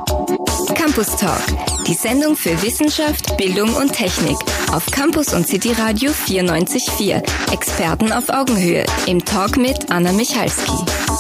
Campus Talk, die Sendung für Wissenschaft, Bildung und Technik auf Campus und City Radio 94.4. Experten auf Augenhöhe im Talk mit Anna Michalski.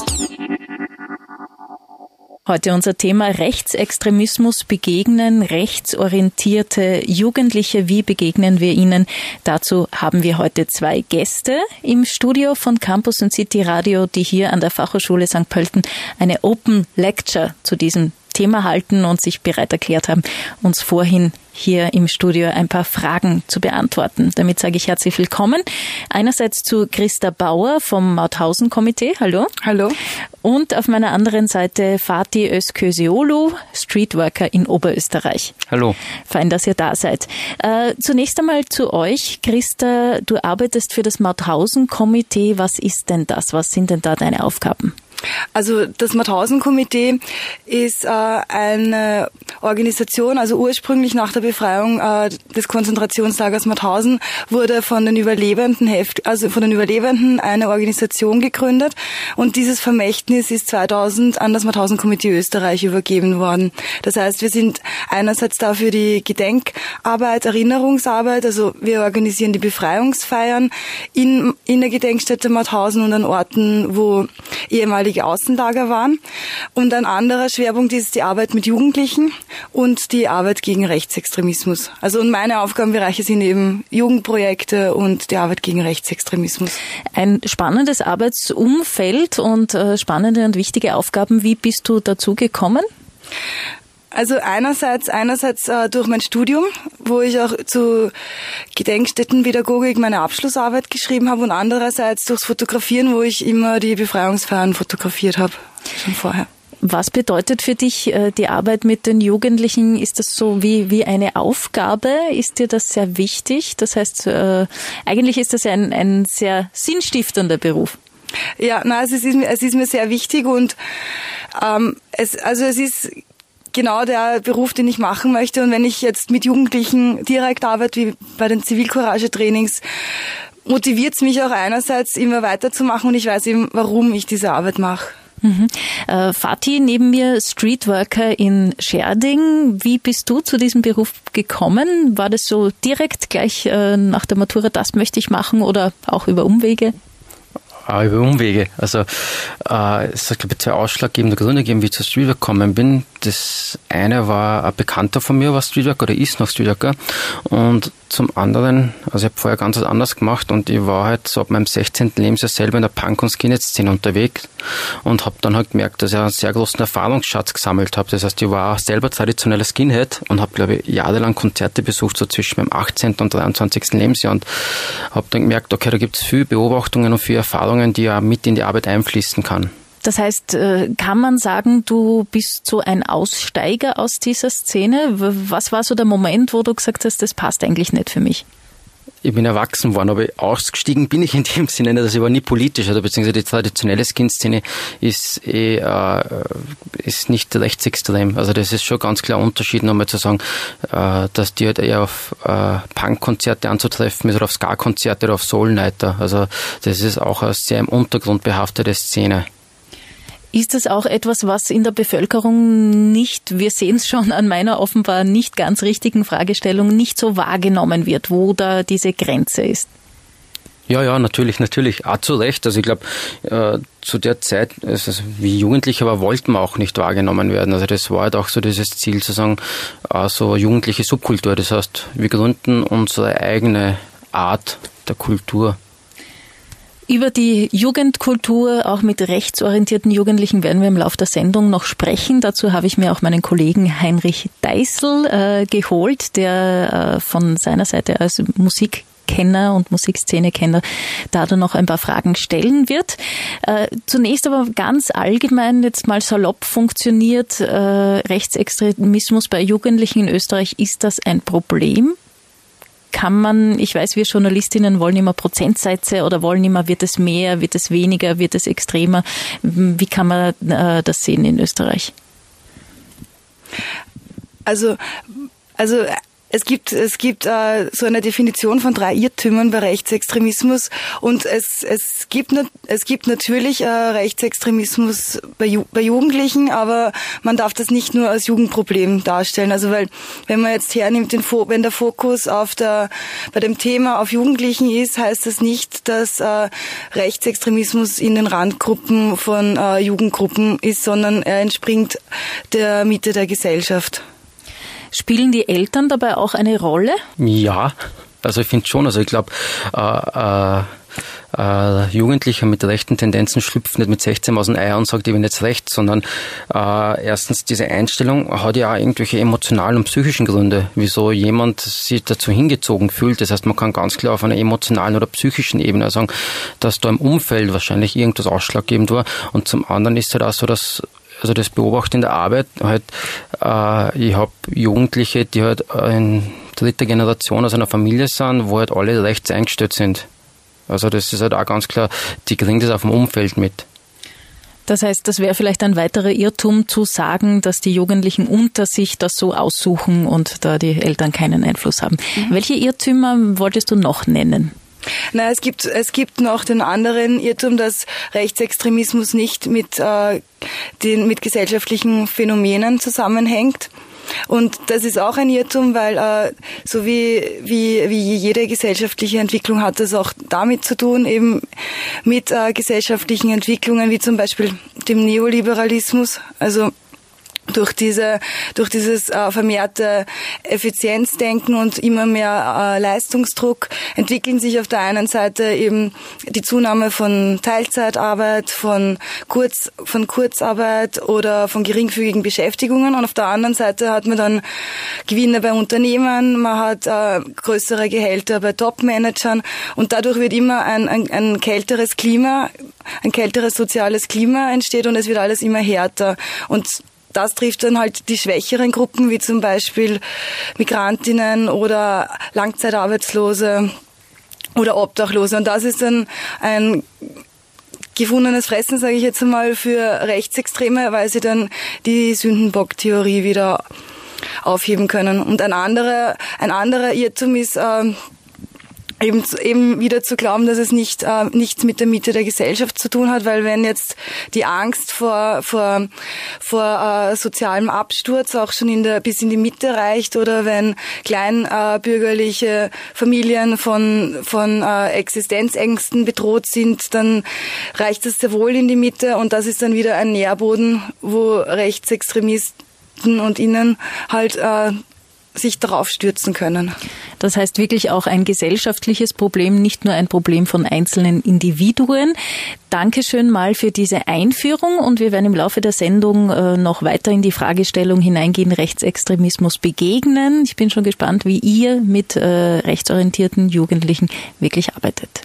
Heute unser Thema Rechtsextremismus begegnen, rechtsorientierte Jugendliche, wie begegnen wir ihnen? Dazu haben wir heute 2 Gäste im Studio von Campus und City Radio, die hier an der Fachhochschule St. Pölten eine Open Lecture zu diesem Thema halten und sich bereit erklärt haben, uns vorhin hier im Studio ein paar Fragen zu beantworten. Damit sage ich herzlich willkommen. Einerseits zu Christa Bauer vom Mauthausen-Komitee. Hallo. Hallo. Und auf meiner anderen Seite Fatih Özköseoğlu, Streetworker in Oberösterreich. Hallo. Fein, dass ihr da seid. Zunächst einmal zu euch. Christa, du arbeitest für das Mauthausen-Komitee. Was ist denn das? Was sind denn da deine Aufgaben? Also das Mauthausen-Komitee ist eine Organisation, also ursprünglich nach der Befreiung des Konzentrationslagers Mauthausen wurde von den Überlebenden eine Organisation gegründet und dieses Vermächtnis ist 2000 an das Mauthausen-Komitee Österreich übergeben worden. Das heißt, wir sind einerseits da für die Gedenkarbeit, Erinnerungsarbeit, also wir organisieren die Befreiungsfeiern in der Gedenkstätte Mauthausen und an Orten, wo ehemalige Außenlager waren. Und ein anderer Schwerpunkt ist die Arbeit mit Jugendlichen und die Arbeit gegen Rechtsextremismus. Also und meine Aufgabenbereiche sind eben Jugendprojekte und die Arbeit gegen Rechtsextremismus. Ein spannendes Arbeitsumfeld und spannende und wichtige Aufgaben. Wie bist du dazu gekommen? Also einerseits durch mein Studium, wo ich auch zu Gedenkstättenpädagogik meine Abschlussarbeit geschrieben habe und andererseits durchs Fotografieren, wo ich immer die Befreiungsfeiern fotografiert habe, schon vorher. Was bedeutet für dich die Arbeit mit den Jugendlichen? Ist das so wie eine Aufgabe? Ist dir das sehr wichtig? Das heißt, eigentlich ist das ja ein sehr sinnstiftender Beruf. Ja, es ist mir sehr wichtig und es ist genau der Beruf, den ich machen möchte. Und wenn ich jetzt mit Jugendlichen direkt arbeite, wie bei den Zivilcourage-Trainings, motiviert es mich auch einerseits, immer weiterzumachen und ich weiß eben, warum ich diese Arbeit mache. Fatih, neben mir Streetworker in Schärding. Wie bist du zu diesem Beruf gekommen? War das so direkt gleich nach der Matura, das möchte ich machen oder auch über Umwege? Über Umwege. Also es hat, glaube ich, 2 ausschlaggebende Gründe gegeben, wie ich zu Streetwork gekommen bin. Das eine war, ein Bekannter von mir war Streetworker oder ist noch Streetworker. Und zum anderen, also ich habe vorher ganz was anderes gemacht und ich war halt so ab meinem 16. Lebensjahr selber in der Punk- und Skinhead-Szene unterwegs und habe dann halt gemerkt, dass ich einen sehr großen Erfahrungsschatz gesammelt habe. Das heißt, ich war auch selber traditioneller Skinhead und habe, glaube ich, jahrelang Konzerte besucht, so zwischen meinem 18. und 23. Lebensjahr und habe dann gemerkt, okay, da gibt es viele Beobachtungen und viele Erfahrungen, die ja mit in die Arbeit einfließen kann. Das heißt, kann man sagen, du bist so ein Aussteiger aus dieser Szene? Was war so der Moment, wo du gesagt hast, das passt eigentlich nicht für mich? Ich bin erwachsen worden, aber ausgestiegen bin ich in dem Sinne nicht. Also ich war nie politisch, oder beziehungsweise die traditionelle Skin-Szene ist nicht rechtsextrem. Also das ist schon ganz klar ein Unterschied, nochmal zu sagen, dass die halt eher auf Punk-Konzerte anzutreffen ist oder auf Ska-Konzerte oder auf Soul-Nighter. Also das ist auch eine sehr im Untergrund behaftete Szene. Ist das auch etwas, was in der Bevölkerung nicht, wir sehen es schon an meiner offenbar nicht ganz richtigen Fragestellung, nicht so wahrgenommen wird, wo da diese Grenze ist? Ja, natürlich. Auch zu Recht. Also ich glaube, zu der Zeit, also wie Jugendliche, aber wollten wir auch nicht wahrgenommen werden. Also das war halt auch so dieses Ziel zu sagen, so jugendliche Subkultur. Das heißt, wir gründen unsere eigene Art der Kultur. Über die Jugendkultur, auch mit rechtsorientierten Jugendlichen, werden wir im Laufe der Sendung noch sprechen. Dazu habe ich mir auch meinen Kollegen Heinrich Deißl geholt, der von seiner Seite als Musikkenner und Musikszenekenner da dann noch ein paar Fragen stellen wird. Zunächst aber ganz allgemein, jetzt mal salopp funktioniert Rechtsextremismus bei Jugendlichen in Österreich. Ist das ein Problem? Kann man, ich weiß, wir Journalistinnen wollen immer Prozentsätze oder wollen immer, wird es mehr, wird es weniger, wird es extremer? Wie kann man das sehen in Österreich? Also Es gibt so eine Definition von 3 Irrtümern bei Rechtsextremismus und es gibt natürlich Rechtsextremismus bei Jugendlichen, aber man darf das nicht nur als Jugendproblem darstellen. Also weil wenn man jetzt hernimmt, wenn der Fokus bei dem Thema auf Jugendlichen ist, heißt das nicht, dass Rechtsextremismus in den Randgruppen von Jugendgruppen ist, sondern er entspringt der Mitte der Gesellschaft. Spielen die Eltern dabei auch eine Rolle? Ja, also ich finde schon. Also ich glaube, Jugendlicher mit rechten Tendenzen schlüpft nicht mit 16 aus dem Ei und sagt, ich bin jetzt rechts, sondern erstens diese Einstellung hat ja auch irgendwelche emotionalen und psychischen Gründe, wieso jemand sich dazu hingezogen fühlt. Das heißt, man kann ganz klar auf einer emotionalen oder psychischen Ebene sagen, dass da im Umfeld wahrscheinlich irgendwas ausschlaggebend war. Und zum anderen ist halt auch so, dass das beobachte in der Arbeit halt, ich habe Jugendliche, die halt in 3. Generation aus einer Familie sind, wo halt alle rechts eingestellt sind. Also das ist halt auch ganz klar, die kriegen das auf dem Umfeld mit. Das heißt, das wäre vielleicht ein weiterer Irrtum zu sagen, dass die Jugendlichen unter sich das so aussuchen und da die Eltern keinen Einfluss haben. Welche Irrtümer wolltest du noch nennen? Na, es gibt noch den anderen Irrtum, dass Rechtsextremismus nicht mit gesellschaftlichen Phänomenen zusammenhängt. Und das ist auch ein Irrtum, weil so wie jede gesellschaftliche Entwicklung hat das auch damit zu tun, eben mit gesellschaftlichen Entwicklungen wie zum Beispiel dem Neoliberalismus, also durch dieses vermehrte Effizienzdenken und immer mehr Leistungsdruck entwickeln sich auf der einen Seite eben die Zunahme von Teilzeitarbeit, von Kurzarbeit oder von geringfügigen Beschäftigungen, und auf der anderen Seite hat man dann Gewinne bei Unternehmen, man hat größere Gehälter bei Top-Managern, und dadurch wird immer ein kälteres Klima, ein kälteres soziales Klima entsteht und es wird alles immer härter, und das trifft dann halt die schwächeren Gruppen, wie zum Beispiel Migrantinnen oder Langzeitarbeitslose oder Obdachlose. Und das ist dann ein gefundenes Fressen, sage ich jetzt einmal, für Rechtsextreme, weil sie dann die Sündenbock-Theorie wieder aufheben können. Und ein anderer Irrtum ist eben wieder zu glauben, dass es nichts mit der Mitte der Gesellschaft zu tun hat, weil wenn jetzt die Angst vor sozialem Absturz auch schon bis in die Mitte reicht, oder wenn kleinbürgerliche Familien von Existenzängsten bedroht sind, dann reicht das sehr wohl in die Mitte, und das ist dann wieder ein Nährboden, wo Rechtsextremisten und Innen halt sich darauf stürzen können. Das heißt wirklich auch ein gesellschaftliches Problem, nicht nur ein Problem von einzelnen Individuen. Dankeschön mal für diese Einführung, und wir werden im Laufe der Sendung noch weiter in die Fragestellung hineingehen, Rechtsextremismus begegnen. Ich bin schon gespannt, wie ihr mit rechtsorientierten Jugendlichen wirklich arbeitet.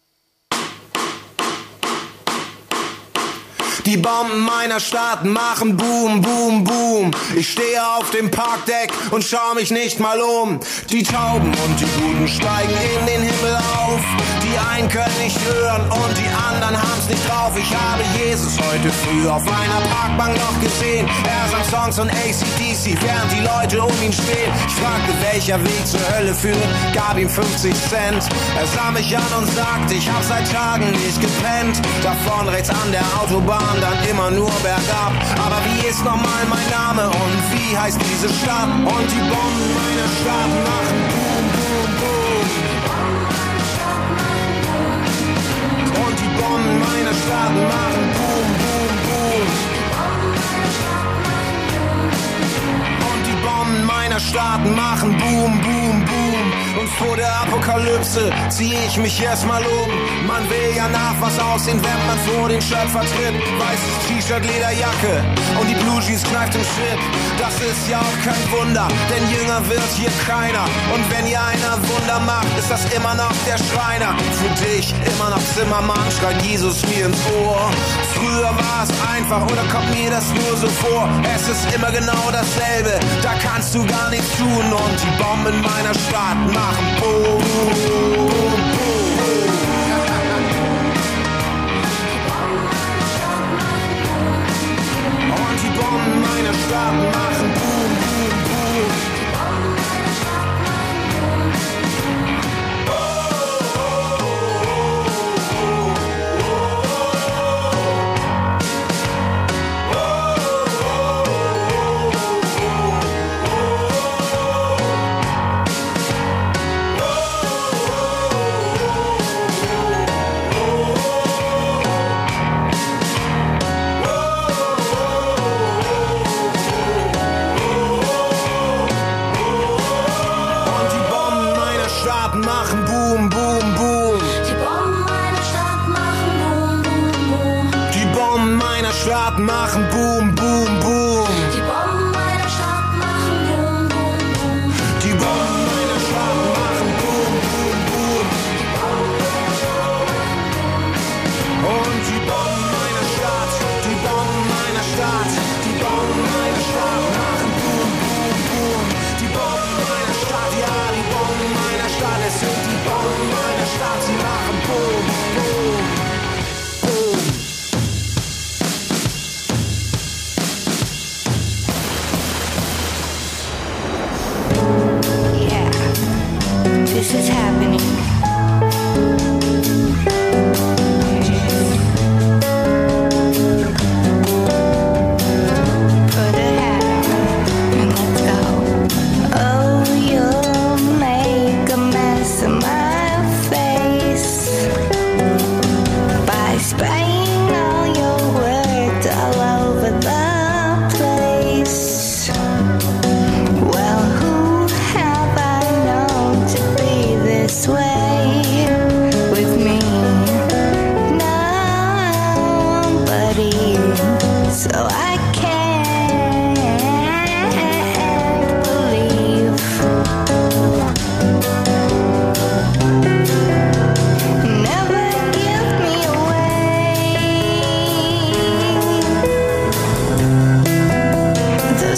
Die Bomben meiner Stadt machen Boom, Boom, Boom. Ich stehe auf dem Parkdeck und schau mich nicht mal um. Die Tauben und die Guten steigen in den Himmel auf. Die einen können nicht hören und die anderen haben's nicht drauf. Ich habe Jesus heute früh auf einer Parkbank noch gesehen. Er sang Songs von AC/DC, während die Leute um ihn stehen. Ich fragte, welcher Weg zur Hölle führt, gab ihm 50 Cent. Er sah mich an und sagte, ich hab seit Tagen nicht gepennt. Da vorn rechts an der Autobahn, dann immer nur bergab. Aber wie ist nochmal mein Name und wie heißt diese Stadt? Und die Bomben meiner Stadt machen Boom, Boom, Boom. Und die Bomben meiner Stadt machen Boom, Boom, Boom. Und die Bomben meiner Stadt machen Boom, Boom, Boom. Und vor der Apokalypse zieh ich mich erstmal um. Man will ja nach was aussehen, wenn man vor den Schöpfer tritt. Weißes T-Shirt, Lederjacke und die Blue Jeans kneift im Schritt. Das ist ja auch kein Wunder, denn jünger wird hier keiner. Und wenn hier einer Wunder macht, ist das immer noch der Schreiner. Für dich immer noch Zimmermann, schreit Jesus mir ins Ohr. Früher war es einfach, oder kommt mir das nur so vor? Es ist immer genau dasselbe, da kannst du gar nichts tun. Und die Bomben in meiner Stadt machen Boom, Boom, Boom. Und die Bomben meiner Stadt machen Boom, Boom, Boom.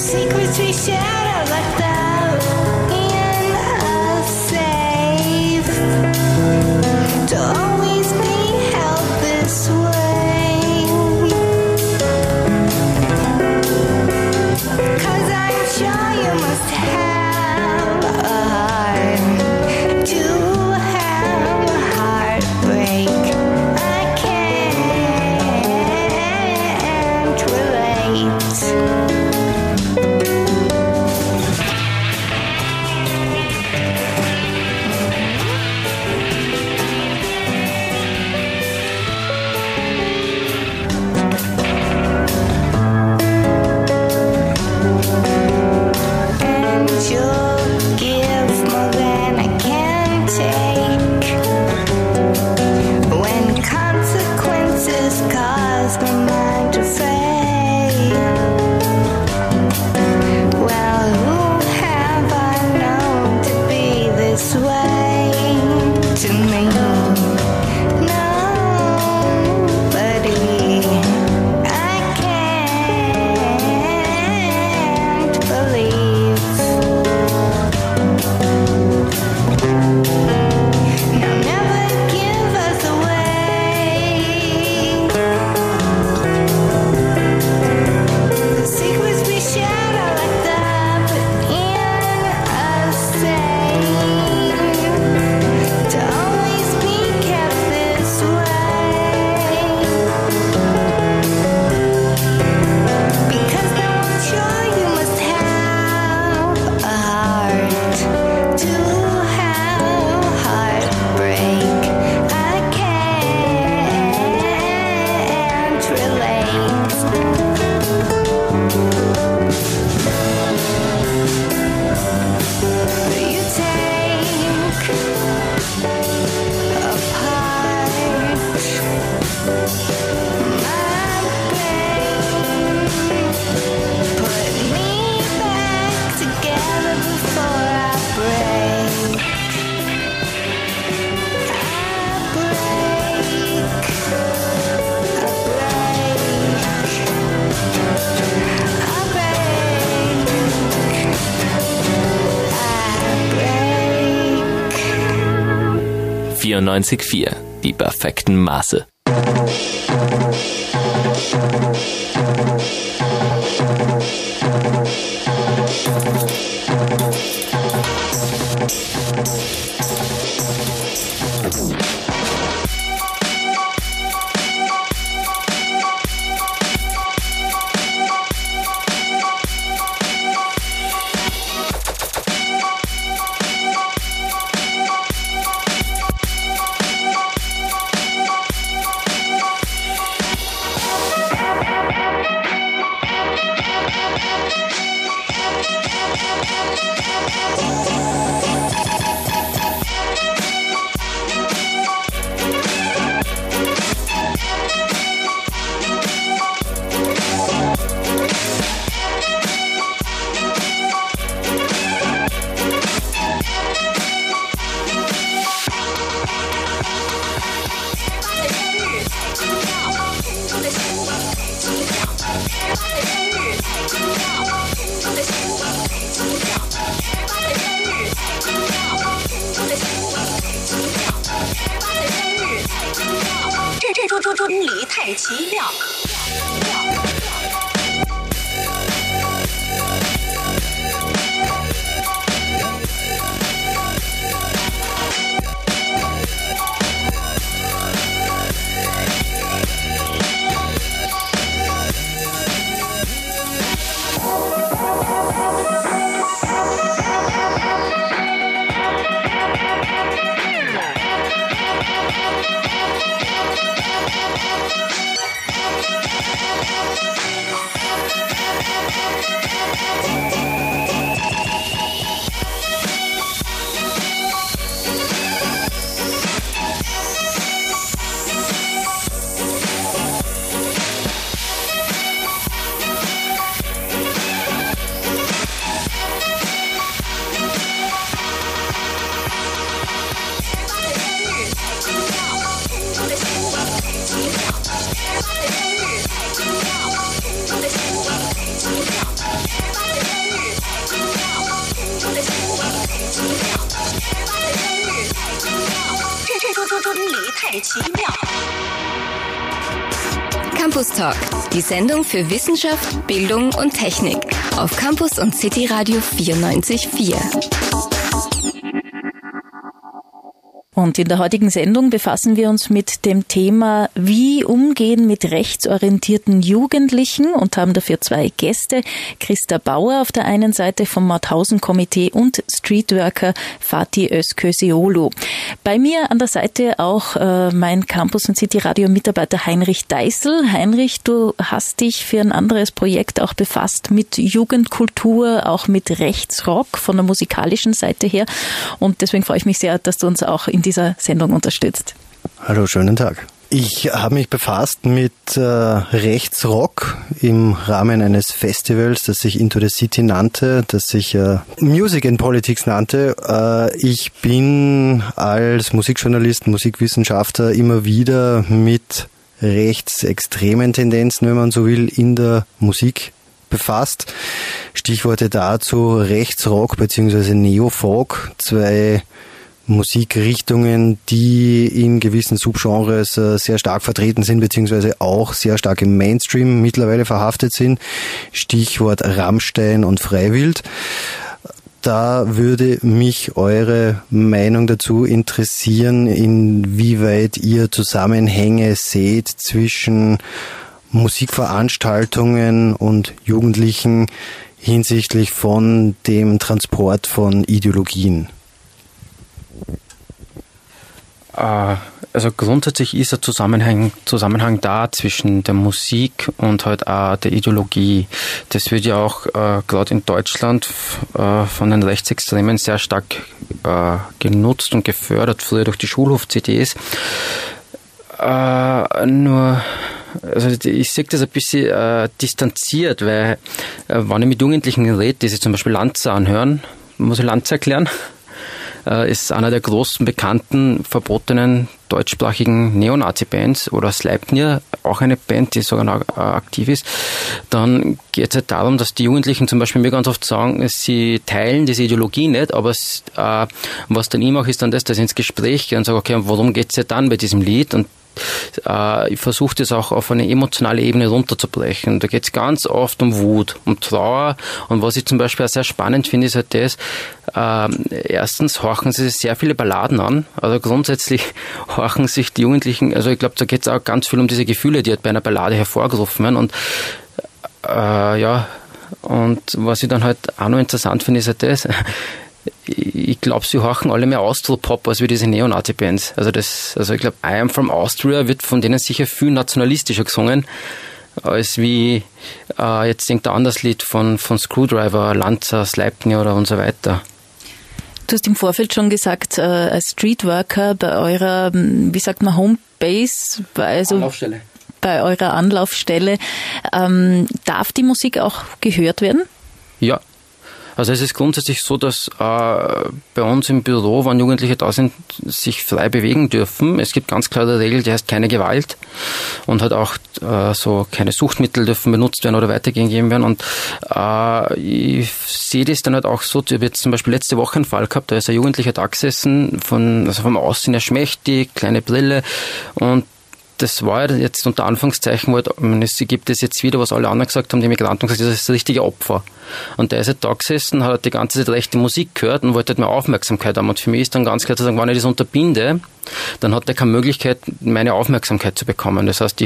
secrets we shared are locked up in a safe, to always be held this way. 'Cause I'm sure you must have a heart to have a heartbreak. I can't relate. Die perfekten Maße. Campus Talk, die Sendung für Wissenschaft, Bildung und Technik auf Campus und City Radio 94.4. Und in der heutigen Sendung befassen wir uns mit dem Thema wie umgehen mit rechtsorientierten Jugendlichen und haben dafür zwei Gäste. Christa Bauer auf der einen Seite vom Mauthausen-Komitee und Streetworker Fatih Özköseoğlu. Bei mir an der Seite auch mein Campus und City Radio Mitarbeiter Heinrich Deißel. Heinrich, du hast dich für ein anderes Projekt auch befasst mit Jugendkultur, auch mit Rechtsrock von der musikalischen Seite her. Und deswegen freue ich mich sehr, dass du uns auch in dieser Sendung unterstützt. Hallo, schönen Tag. Ich habe mich befasst mit Rechtsrock im Rahmen eines Festivals, das sich Into the City nannte, das sich Music and Politics nannte. Ich bin als Musikjournalist, Musikwissenschaftler immer wieder mit rechtsextremen Tendenzen, wenn man so will, in der Musik befasst. Stichworte dazu Rechtsrock bzw. Neofolk, zwei Musikrichtungen, die in gewissen Subgenres sehr stark vertreten sind, beziehungsweise auch sehr stark im Mainstream mittlerweile verhaftet sind. Stichwort Rammstein und Freiwild. Da würde mich eure Meinung dazu interessieren, inwieweit ihr Zusammenhänge seht zwischen Musikveranstaltungen und Jugendlichen hinsichtlich von dem Transport von Ideologien. Also grundsätzlich ist ein Zusammenhang da zwischen der Musik und halt auch der Ideologie. Das wird ja auch gerade in Deutschland von den Rechtsextremen sehr stark genutzt und gefördert, früher durch die Schulhof-CDs. Nur, also ich sehe das ein bisschen distanziert, weil wenn ich mit Jugendlichen rede, die sich zum Beispiel Lanza anhören, muss ich Lanza erklären? Ist einer der großen, bekannten, verbotenen deutschsprachigen Neonazi-Bands oder Sleipnir, auch eine Band, die sogar noch aktiv ist. Dann geht es halt darum, dass die Jugendlichen zum Beispiel mir ganz oft sagen, sie teilen diese Ideologie nicht, aber was dann ich mache, ist dann dass ich ins Gespräch gehe und sage, okay, worum geht es ja dann bei diesem Lied? Und ich versuche das auch auf eine emotionale Ebene runterzubrechen. Da geht es ganz oft um Wut, um Trauer. Und was ich zum Beispiel auch sehr spannend finde, ist halt das, erstens horchen sie sehr viele Balladen an. Also grundsätzlich horchen sich die Jugendlichen, also ich glaube, da geht es auch ganz viel um diese Gefühle, die halt bei einer Ballade hervorgerufen werden. Und und was ich dann halt auch noch interessant finde, ist halt das, ich glaube, sie horchen alle mehr Austro-Pop als wie diese Neonazi-Bands. Also ich glaube, I Am From Austria wird von denen sicher viel nationalistischer gesungen, als wie jetzt singt ein anderes Lied von Screwdriver, Lanza, Sleipnir oder und so weiter. Du hast im Vorfeld schon gesagt, als Streetworker bei eurer, wie sagt man, Homebase, also Anlaufstelle. Bei eurer Anlaufstelle, darf die Musik auch gehört werden? Ja. Also es ist grundsätzlich so, dass bei uns im Büro, wenn Jugendliche da sind, sich frei bewegen dürfen. Es gibt ganz klare Regel, die heißt keine Gewalt und halt auch so keine Suchtmittel dürfen benutzt werden oder weitergegeben werden. Und ich sehe das dann halt auch so, ich habe jetzt zum Beispiel letzte Woche einen Fall gehabt, da ist ein Jugendlicher da gesessen, vom Aussehen her schmächtig, kleine Brille, und das war jetzt unter Anführungszeichen, es gibt es jetzt wieder, was alle anderen gesagt haben, die Migranten gesagt, das ist das richtige Opfer. Und der ist halt da gesessen, hat die ganze Zeit rechte Musik gehört und wollte halt mehr Aufmerksamkeit haben. Und für mich ist dann ganz klar zu sagen, wenn ich das unterbinde, dann hat er keine Möglichkeit, meine Aufmerksamkeit zu bekommen. Das heißt,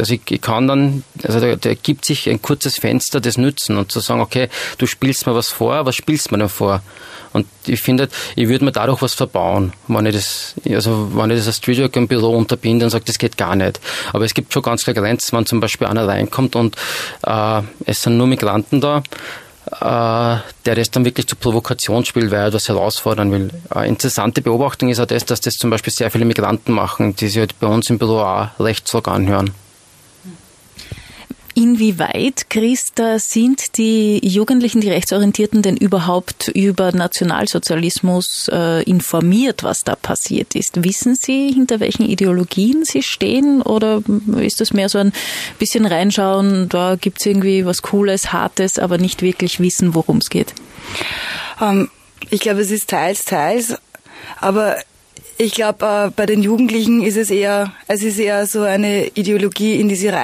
der gibt sich ein kurzes Fenster des Nützen und zu sagen, okay, du spielst mir was vor, was spielst du mir denn vor? Und ich finde, ich würde mir dadurch was verbauen, wenn ich das als Streetworker im Büro unterbinde und sage, das geht gar nicht. Aber es gibt schon ganz klar Grenzen, wenn zum Beispiel einer reinkommt und es sind nur Migranten da, der das dann wirklich zur Provokation spielt, weil er etwas herausfordern will. Eine interessante Beobachtung ist auch das, dass das zum Beispiel sehr viele Migranten machen, die sich halt bei uns im Büro auch Rechtsrock anhören. Inwieweit, Christa, sind die Jugendlichen, die Rechtsorientierten denn überhaupt über Nationalsozialismus informiert, was da passiert ist? Wissen sie, hinter welchen Ideologien sie stehen, oder ist das mehr so ein bisschen reinschauen, da gibt es irgendwie was Cooles, Hartes, aber nicht wirklich wissen, worum es geht? Ich glaube, es ist teils, aber Ich glaube, bei den Jugendlichen ist es eher so eine Ideologie, in die sie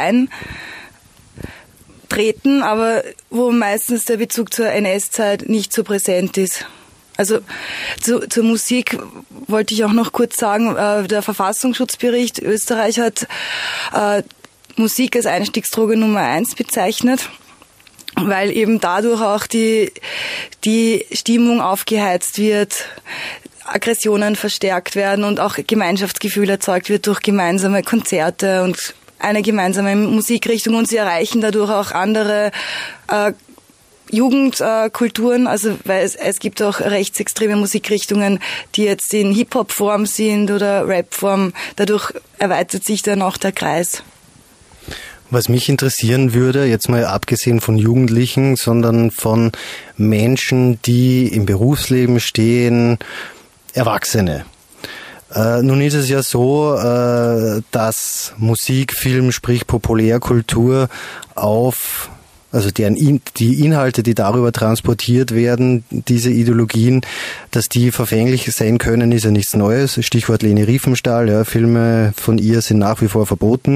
reintreten, aber wo meistens der Bezug zur NS-Zeit nicht so präsent ist. Also zur Musik wollte ich auch noch kurz sagen, der Verfassungsschutzbericht Österreich hat Musik als Einstiegsdroge Nummer 1 bezeichnet, weil eben dadurch auch die Stimmung aufgeheizt wird, Aggressionen verstärkt werden und auch Gemeinschaftsgefühl erzeugt wird durch gemeinsame Konzerte und eine gemeinsame Musikrichtung, und sie erreichen dadurch auch andere Jugendkulturen, also weil es gibt auch rechtsextreme Musikrichtungen, die jetzt in Hip-Hop-Form sind oder Rap-Form. Dadurch erweitert sich dann auch der Kreis. Was mich interessieren würde, jetzt mal abgesehen von Jugendlichen, sondern von Menschen, die im Berufsleben stehen, Erwachsene. Nun ist es ja so, dass Musik, Film, sprich Populärkultur also die Inhalte, die darüber transportiert werden, diese Ideologien, dass die verfänglich sein können, ist ja nichts Neues. Stichwort Leni Riefenstahl, ja, Filme von ihr sind nach wie vor verboten.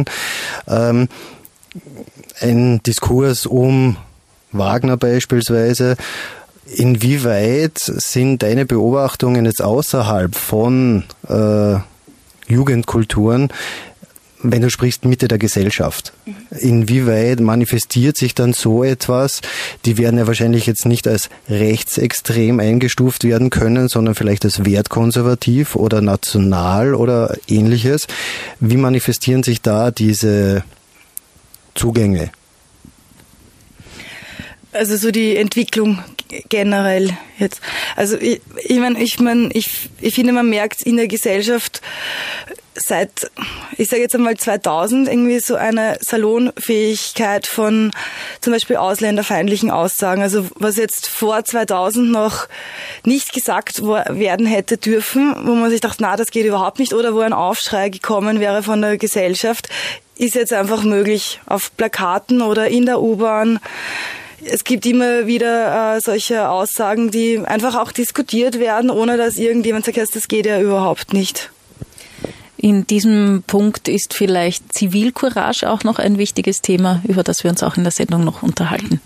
Ein Diskurs um Wagner beispielsweise. Inwieweit sind deine Beobachtungen jetzt außerhalb von Jugendkulturen, wenn du sprichst, Mitte der Gesellschaft? Inwieweit manifestiert sich dann so etwas? Die werden ja wahrscheinlich jetzt nicht als rechtsextrem eingestuft werden können, sondern vielleicht als wertkonservativ oder national oder ähnliches. Wie manifestieren sich da diese Zugänge? Also so die Entwicklung generell jetzt. Also ich finde, man merkt in der Gesellschaft seit, ich sage jetzt einmal 2000, irgendwie so eine Salonfähigkeit von zum Beispiel ausländerfeindlichen Aussagen. Also was jetzt vor 2000 noch nicht gesagt werden hätte dürfen, wo man sich dachte, na, das geht überhaupt nicht, oder wo ein Aufschrei gekommen wäre von der Gesellschaft, ist jetzt einfach möglich auf Plakaten oder in der U-Bahn. Es gibt immer wieder solche Aussagen, die einfach auch diskutiert werden, ohne dass irgendjemand sagt, das geht ja überhaupt nicht. In diesem Punkt ist vielleicht Zivilcourage auch noch ein wichtiges Thema, über das wir uns auch in der Sendung noch unterhalten.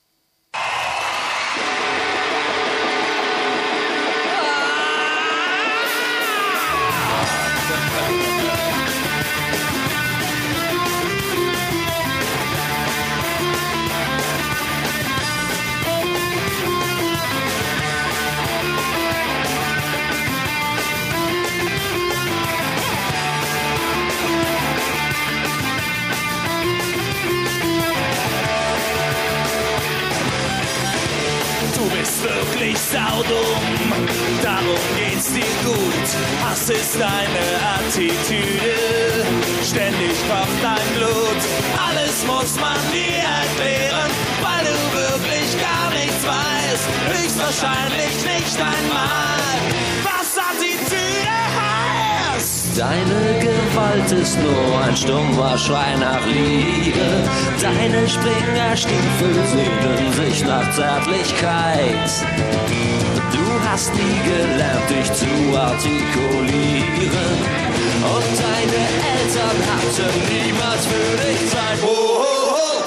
Saudum, darum geht's dir gut, Hass ist deine Attitüde, ständig kocht dein Blut, alles muss man dir erklären, weil du wirklich gar nichts weißt, höchstwahrscheinlich nicht einmal, was Attitüde heißt. Deine Gewalt ist nur ein stummer Schrei nach Liebe, deine Springerstiefel sehnen sich nach Zärtlichkeit. Du hast nie gelernt, dich zu artikulieren, und deine Eltern hatten niemals für dich Zeit. Oh, oh, oh.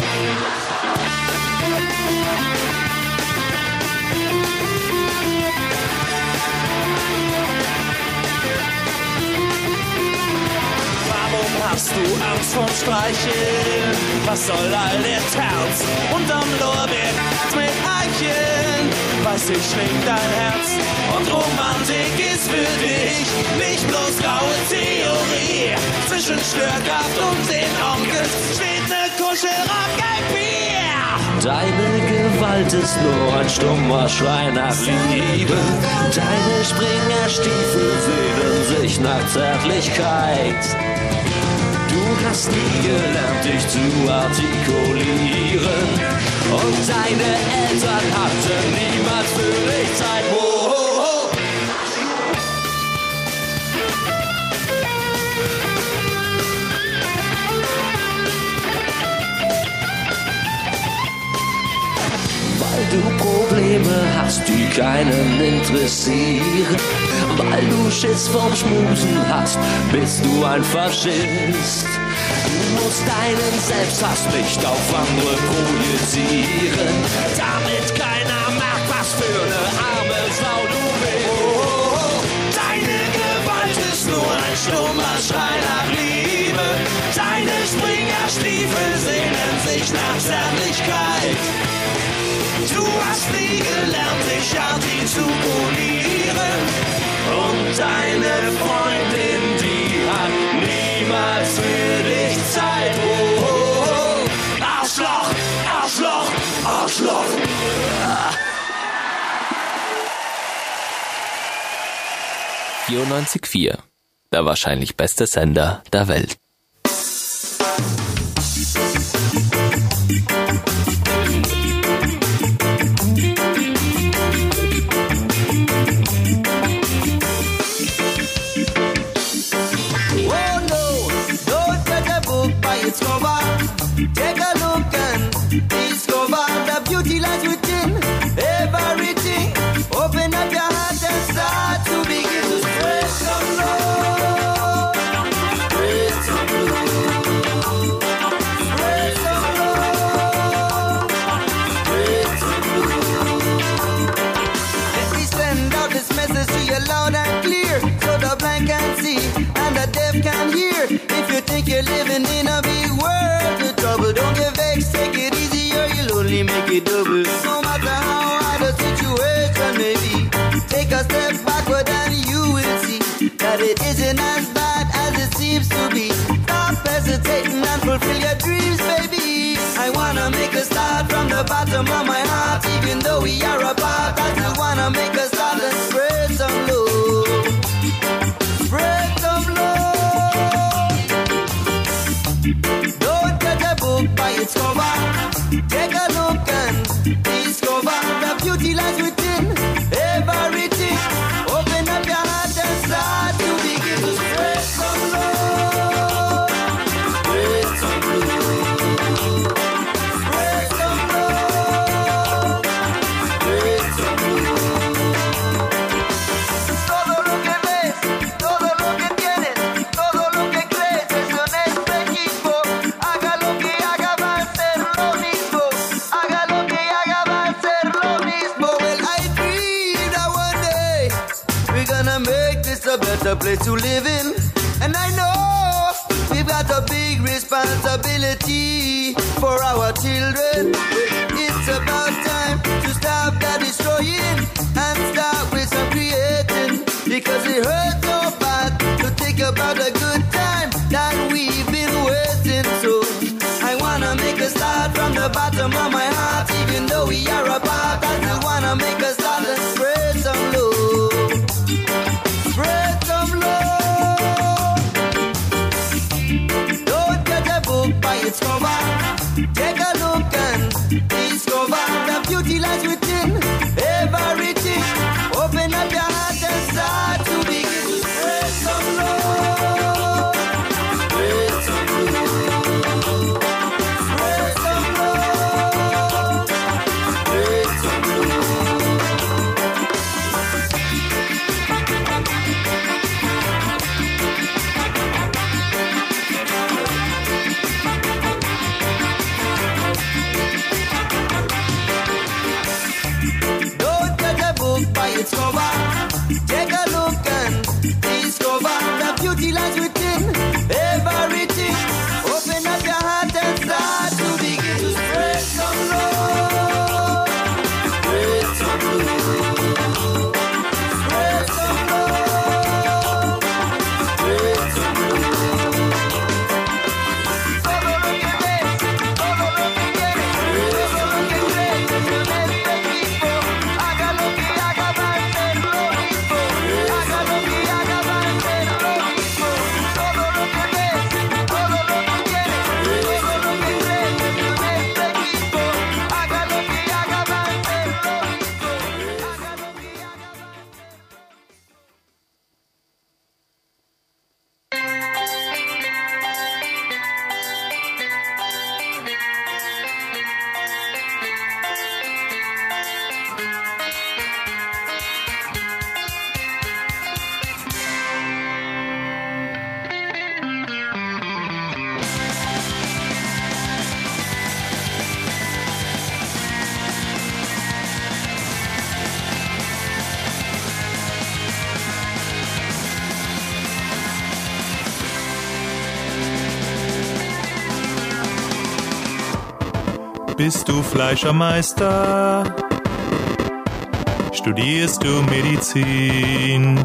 Warum hast du Angst vor Streicheln? Was soll all der Terz unterm Lorbeer mit Eicheln? Weiß ich, schlägt dein Herz und Romantik ist für dich nicht bloß graue Theorie. Zwischen Störkraft und den Onkels steht ne Kuschelrock, ein Bier. Deine Gewalt ist nur ein stummer Schrei nach Liebe, deine Springerstiefel sehnen sich nach Zärtlichkeit. Du hast nie gelernt, dich zu artikulieren, und deine Eltern hatten niemals für dich Zeit. Oh, oh, oh. Weil du Probleme hast, die keinen interessieren. Weil du Schiss vom Schmusen hast, bist du ein Faschist. Du musst deinen Selbsthass nicht auf andere projizieren, damit keiner merkt, was für eine arme Sau du bist. Deine Gewalt ist nur ein stummer Schrei nach Liebe. Deine Springerstiefel sehnen sich nach Zärtlichkeit. Du hast nie gelernt, dich artikulieren. Und deine Freundin, die hat niemals für dich Zeit. Oh, oh, oh. Arschloch, Arschloch, Arschloch. 94.4, der wahrscheinlich beste Sender der Welt. Take a look and discover the beauty lies within everything. Open up your heart and start to begin to spread some love. Spread some love. Spread some love. Spread some love. Let me send out this message to you loud and clear, so the blind can see and the deaf can hear. If you think you're living in a big world, trouble, don't get vexed, take it easy or you'll only make it double. No matter how hard the situation may be, take a step backward and you will see that it isn't as bad as it seems to be. Stop hesitating and fulfill your dreams, baby. I wanna make a start from the bottom of my heart. Even though we are apart, I still wanna make a start and spread some love. Spread some love. Don't judge a book by its cover. Take a look and discover the beauty lies within everything. Open up your heart and start to begin to spread some love. Spread some love. Spread some love. Spread some love. Todo lo que ves, todo lo que tienes, todo lo que crees es un espejo. Haga lo que haga, va a ser lo mismo. Haga lo que haga, va a ser lo mismo. Well, I dream that one day we're gonna make this a better place to live in. And I know we've got a big responsibility for our children. It's about time to stop the destroying and start with some creating. Because it hurts so bad to think about a good time that we've been waiting. So I wanna make a start from the bottom of my heart. Even though we are apart, I still wanna make a start and spread some love. Spread some love. Don't judge a book by its cover. Take a look and discover the beauty lies within everything. Open up your heart and start to begin to spread some love. Spread some love. Spread some love. Spread some love. Don't judge a book by its cover. Take a look and discover the beauty lies within everything. Open up your heart and start to begin to spread some love. Spread some love. Spread some love. Spread some love. Todo lo que ves, todo lo que quieres, todo lo que crees es un espejo. Haga lo que haga, va a ser lo mismo. Bist du Fleischermeister? Studierst du Medizin?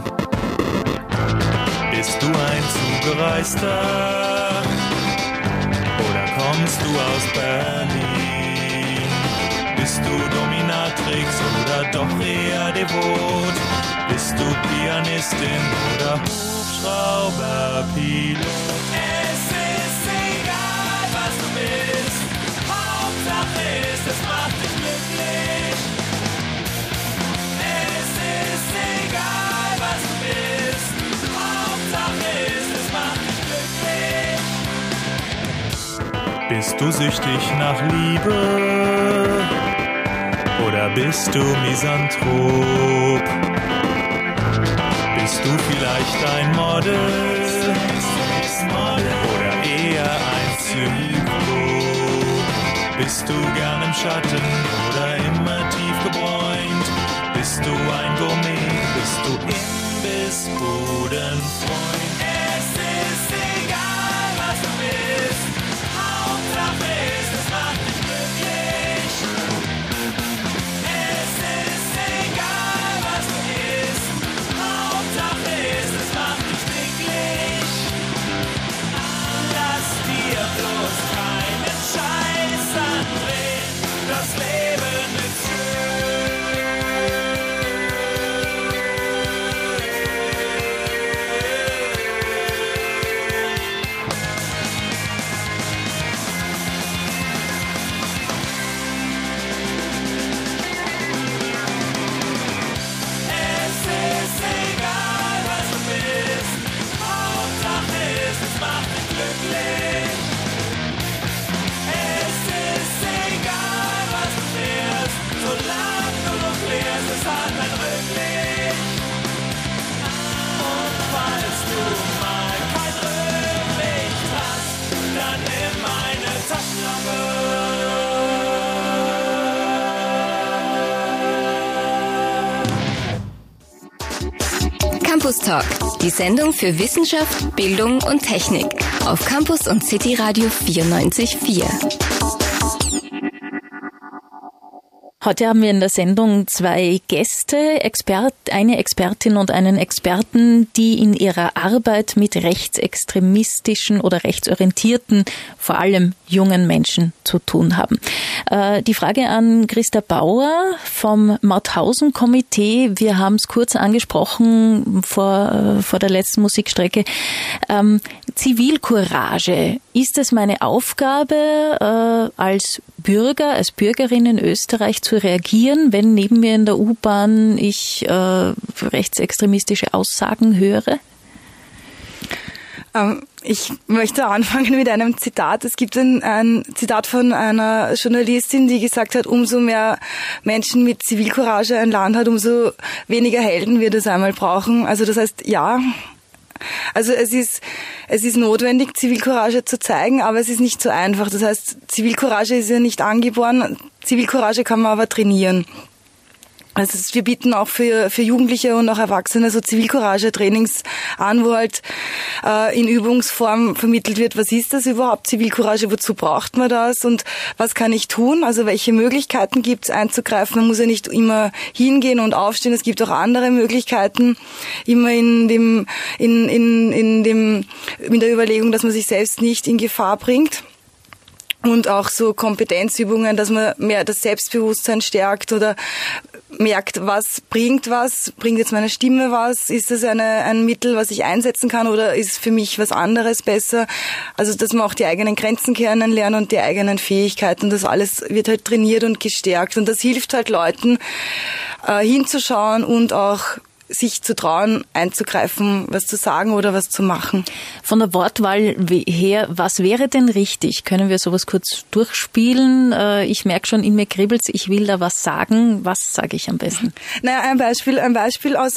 Bist du ein Zugereister? Oder kommst du aus Berlin? Bist du Dominatrix oder doch eher devot? Bist du Pianistin oder Hubschrauberpilot? Es ist egal, was du bist. Hauptsache ist, es macht dich glücklich. Es ist egal, was du bist. Hauptsache ist, es macht dich glücklich. Bist du süchtig nach Liebe? Oder bist du Misanthrop? Bist du vielleicht ein Model? Oder eher ein Zyklop? Bist du gern im Schatten oder immer tief gebräunt? Bist du ein Gourmet? Bist du Imbissbudenfreund? Es ist egal, was du bist. Hauptsache ist, es macht dich glücklich. Es ist egal, was du isst. Hauptsache ist, es macht dich glücklich. Lass dir bloß keinen Scheiß andrehen. Das Leben ist Campus Talk, die Sendung für Wissenschaft, Bildung und Technik auf Campus und City Radio 94.4. Heute haben wir in der Sendung zwei Gäste, eine Expertin und einen Experten, die in ihrer Arbeit mit rechtsextremistischen oder rechtsorientierten, vor allem jungen Menschen zu tun haben. Die Frage an Christa Bauer vom Mauthausen-Komitee. Wir haben es kurz angesprochen vor der letzten Musikstrecke. Zivilcourage. Ist es meine Aufgabe, als Bürger, als Bürgerin in Österreich zu reagieren, wenn neben mir in der U-Bahn ich rechtsextremistische Aussagen höre? Ich möchte anfangen mit einem Zitat. Es gibt ein Zitat von einer Journalistin, die gesagt hat, umso mehr Menschen mit Zivilcourage ein Land hat, umso weniger Helden wird es einmal brauchen. Also das heißt, ja, also es ist notwendig, Zivilcourage zu zeigen, aber es ist nicht so einfach. Das heißt, Zivilcourage ist ja nicht angeboren, Zivilcourage kann man aber trainieren. Also wir bieten auch für Jugendliche und auch Erwachsene so Zivilcourage-Trainings an, wo halt in Übungsform vermittelt wird, was ist das überhaupt, Zivilcourage, wozu braucht man das und was kann ich tun, also welche Möglichkeiten gibt es einzugreifen. Man muss ja nicht immer hingehen und aufstehen, es gibt auch andere Möglichkeiten, immer in der Überlegung, dass man sich selbst nicht in Gefahr bringt. Und auch so Kompetenzübungen, dass man mehr das Selbstbewusstsein stärkt oder merkt, was bringt jetzt meine Stimme was, ist das ein Mittel, was ich einsetzen kann oder ist für mich was anderes besser? Also, dass man auch die eigenen Grenzen kennenlernt und die eigenen Fähigkeiten, das alles wird halt trainiert und gestärkt und das hilft halt Leuten, hinzuschauen und auch sich zu trauen, einzugreifen, was zu sagen oder was zu machen. Von der Wortwahl her, was wäre denn richtig? Können wir sowas kurz durchspielen? Ich merke schon, in mir kribbelt's, ich will da was sagen. Was sage ich am besten? Naja, ein Beispiel aus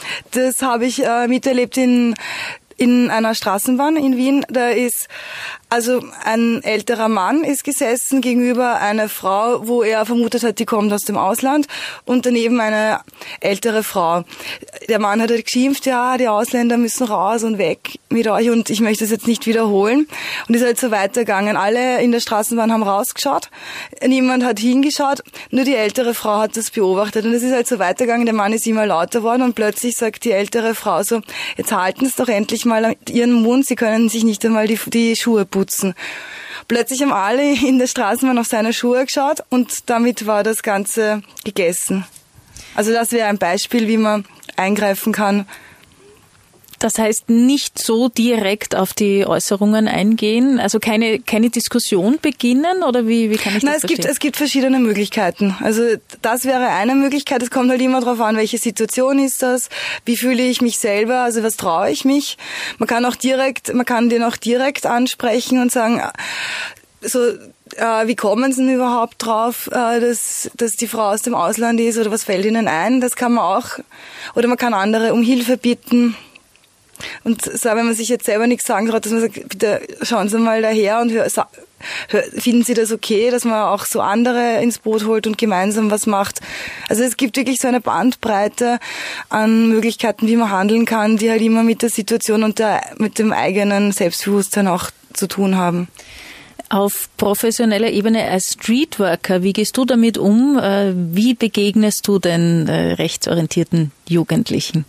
das habe ich miterlebt in einer Straßenbahn in Wien. Da ist Also ein älterer Mann ist gesessen gegenüber einer Frau, wo er vermutet hat, die kommt aus dem Ausland, und daneben eine ältere Frau. Der Mann hat halt geschimpft, ja, die Ausländer müssen raus und weg mit euch, und ich möchte das jetzt nicht wiederholen, und ist halt so weitergegangen. Alle in der Straßenbahn haben rausgeschaut, niemand hat hingeschaut, nur die ältere Frau hat das beobachtet, und es ist halt so weitergegangen. Der Mann ist immer lauter worden und plötzlich sagt die ältere Frau so, jetzt halten Sie doch endlich mal Ihren Mund, Sie können sich nicht einmal die Schuhe putzen. Plötzlich haben alle in der Straßenbahn auf seine Schuhe geschaut und damit war das Ganze gegessen. Also das wäre ein Beispiel, wie man eingreifen kann. Das heißt, nicht so direkt auf die Äußerungen eingehen, also keine Diskussion beginnen, oder wie kann ich das verstehen? Es gibt verschiedene Möglichkeiten. Also das wäre eine Möglichkeit. Es kommt halt immer darauf an, welche Situation ist das, wie fühle ich mich selber, also was traue ich mich. Man kann den auch direkt ansprechen und sagen, so, wie kommen Sie denn überhaupt drauf, dass die Frau aus dem Ausland ist, oder was fällt Ihnen ein? Das kann man auch, oder man kann andere um Hilfe bitten. Und so, wenn man sich jetzt selber nichts sagen traut, dass man sagt, bitte schauen Sie mal daher und finden Sie das okay, dass man auch so andere ins Boot holt und gemeinsam was macht. Also es gibt wirklich so eine Bandbreite an Möglichkeiten, wie man handeln kann, die halt immer mit der Situation und mit dem eigenen Selbstbewusstsein auch zu tun haben. Auf professioneller Ebene als Streetworker, wie gehst du damit um? Wie begegnest du den rechtsorientierten Jugendlichen?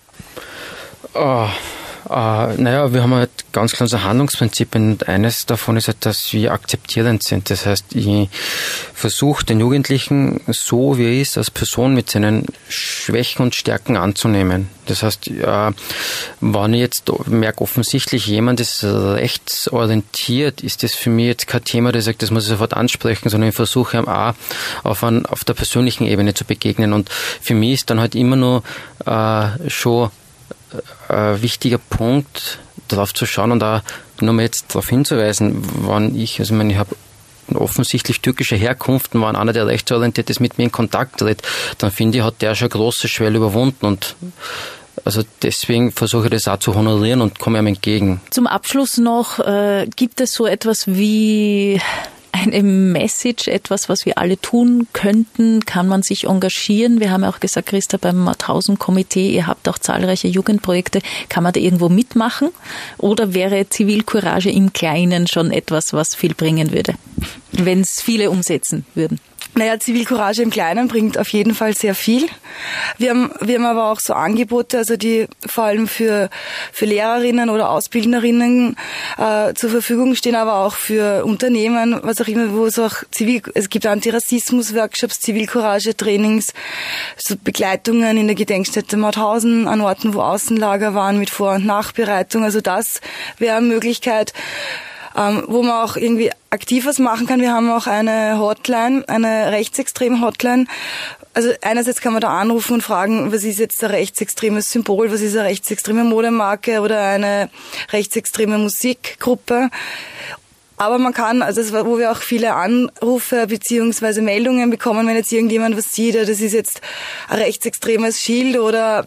Naja, wir haben halt ganz klar so Handlungsprinzipien, und eines davon ist halt, dass wir akzeptierend sind. Das heißt, ich versuche den Jugendlichen so, wie er ist, als Person mit seinen Schwächen und Stärken anzunehmen. Das heißt, wenn ich jetzt merke, offensichtlich jemand ist rechtsorientiert, ist das für mich jetzt kein Thema, das sagt, das muss ich sofort ansprechen, sondern ich versuche ihm auch auf der persönlichen Ebene zu begegnen. Und für mich ist dann halt immer nur schon ein wichtiger Punkt, darauf zu schauen und auch nochmal jetzt darauf hinzuweisen, ich habe offensichtlich türkische Herkunft, und wenn einer, der rechtsorientiert ist, mit mir in Kontakt tritt, dann finde ich, hat der schon eine große Schwelle überwunden, und also deswegen versuche ich das auch zu honorieren und komme ihm entgegen. Zum Abschluss noch, gibt es so etwas wie eine Message, etwas, was wir alle tun könnten? Kann man sich engagieren? Wir haben ja auch gesagt, Christa, beim Mauthausen-Komitee, ihr habt auch zahlreiche Jugendprojekte. Kann man da irgendwo mitmachen? Oder wäre Zivilcourage im Kleinen schon etwas, was viel bringen würde, wenn es viele umsetzen würden? Naja, Zivilcourage im Kleinen bringt auf jeden Fall sehr viel. Wir haben aber auch so Angebote, also die vor allem für Lehrerinnen oder Ausbildnerinnen zur Verfügung stehen, aber auch für Unternehmen, was auch immer, wo es auch es gibt Antirassismus-Workshops, Zivilcourage-Trainings, so Begleitungen in der Gedenkstätte Mauthausen an Orten, wo Außenlager waren mit Vor- und Nachbereitung. Also das wäre eine Möglichkeit, wo man auch irgendwie aktiv was machen kann. Wir haben auch eine Hotline, eine rechtsextreme Hotline. Also einerseits kann man da anrufen und fragen, was ist jetzt ein rechtsextremes Symbol, was ist eine rechtsextreme Modemarke oder eine rechtsextreme Musikgruppe. Aber man kann, also wo wir auch viele Anrufe bzw. Meldungen bekommen, wenn jetzt irgendjemand was sieht, das ist jetzt ein rechtsextremes Schild oder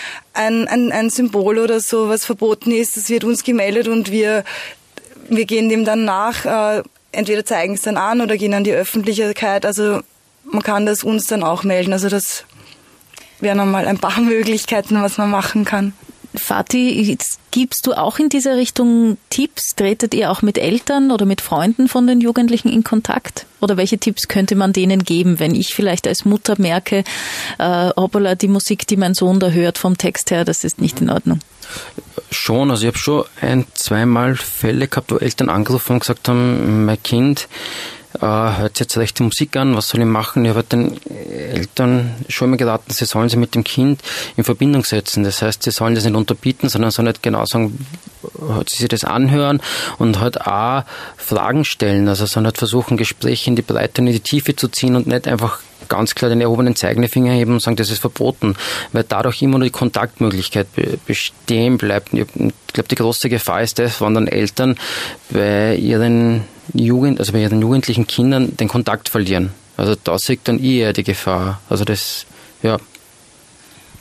ein Symbol oder so, was verboten ist, das wird uns gemeldet und wir gehen dem dann nach, entweder zeigen es dann an oder gehen an die Öffentlichkeit. Also man kann das uns dann auch melden. Also das wären einmal ein paar Möglichkeiten, was man machen kann. Fatih, gibst du auch in dieser Richtung Tipps? Tretet ihr auch mit Eltern oder mit Freunden von den Jugendlichen in Kontakt? Oder welche Tipps könnte man denen geben, wenn ich vielleicht als Mutter merke, hoppala, die Musik, die mein Sohn da hört vom Text her, das ist nicht in Ordnung? Schon, also ich habe schon zweimal Fälle gehabt, wo Eltern angerufen und gesagt haben, mein Kind hört jetzt rechte Musik an, was soll ich machen? Ich habe den Eltern schon immer geraten, sie sollen sich mit dem Kind in Verbindung setzen. Das heißt, sie sollen das nicht unterbieten, sondern sollen nicht genau sagen, sie sich das anhören und halt auch Fragen stellen. Also sollen halt versuchen, Gespräche in die Breite und in die Tiefe zu ziehen und nicht einfach ganz klar den erhobenen Zeigefinger heben und sagen, das ist verboten, weil dadurch immer nur die Kontaktmöglichkeit bestehen bleibt. Ich glaube, die große Gefahr ist das, wenn dann Eltern bei ihren jugendlichen Kindern den Kontakt verlieren. Also da sehe ich dann eher die Gefahr. Also das, ja.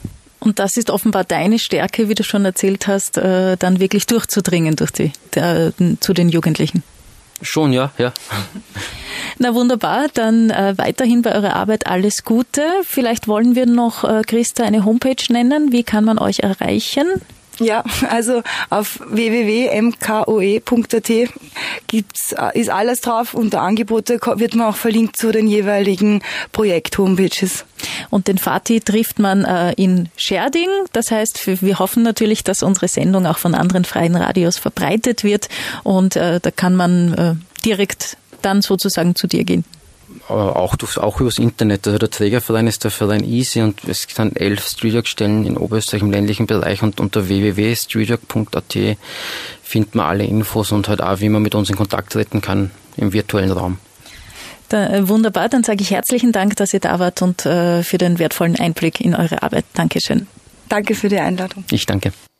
Und das ist offenbar deine Stärke, wie du schon erzählt hast, dann wirklich durchzudringen zu den Jugendlichen. Schon, ja. Na wunderbar, dann weiterhin bei eurer Arbeit alles Gute. Vielleicht wollen wir noch, Christa, eine Homepage nennen. Wie kann man euch erreichen? Ja, also auf www.mkoe.at ist alles drauf. Unter Angebote wird man auch verlinkt zu den jeweiligen Projekt-Homepages. Und den Fatih trifft man in Scherding. Das heißt, wir hoffen natürlich, dass unsere Sendung auch von anderen freien Radios verbreitet wird. Und da kann man direkt dann sozusagen zu dir gehen. Auch übers Internet. Also der Trägerverein ist der Verein Easy und es sind 11 Streetwork-Stellen in Oberösterreich im ländlichen Bereich und unter www.streetwork.at findet man alle Infos und halt auch, wie man mit uns in Kontakt treten kann im virtuellen Raum. Wunderbar, dann sage ich herzlichen Dank, dass ihr da wart und für den wertvollen Einblick in eure Arbeit. Dankeschön. Danke für die Einladung. Ich danke.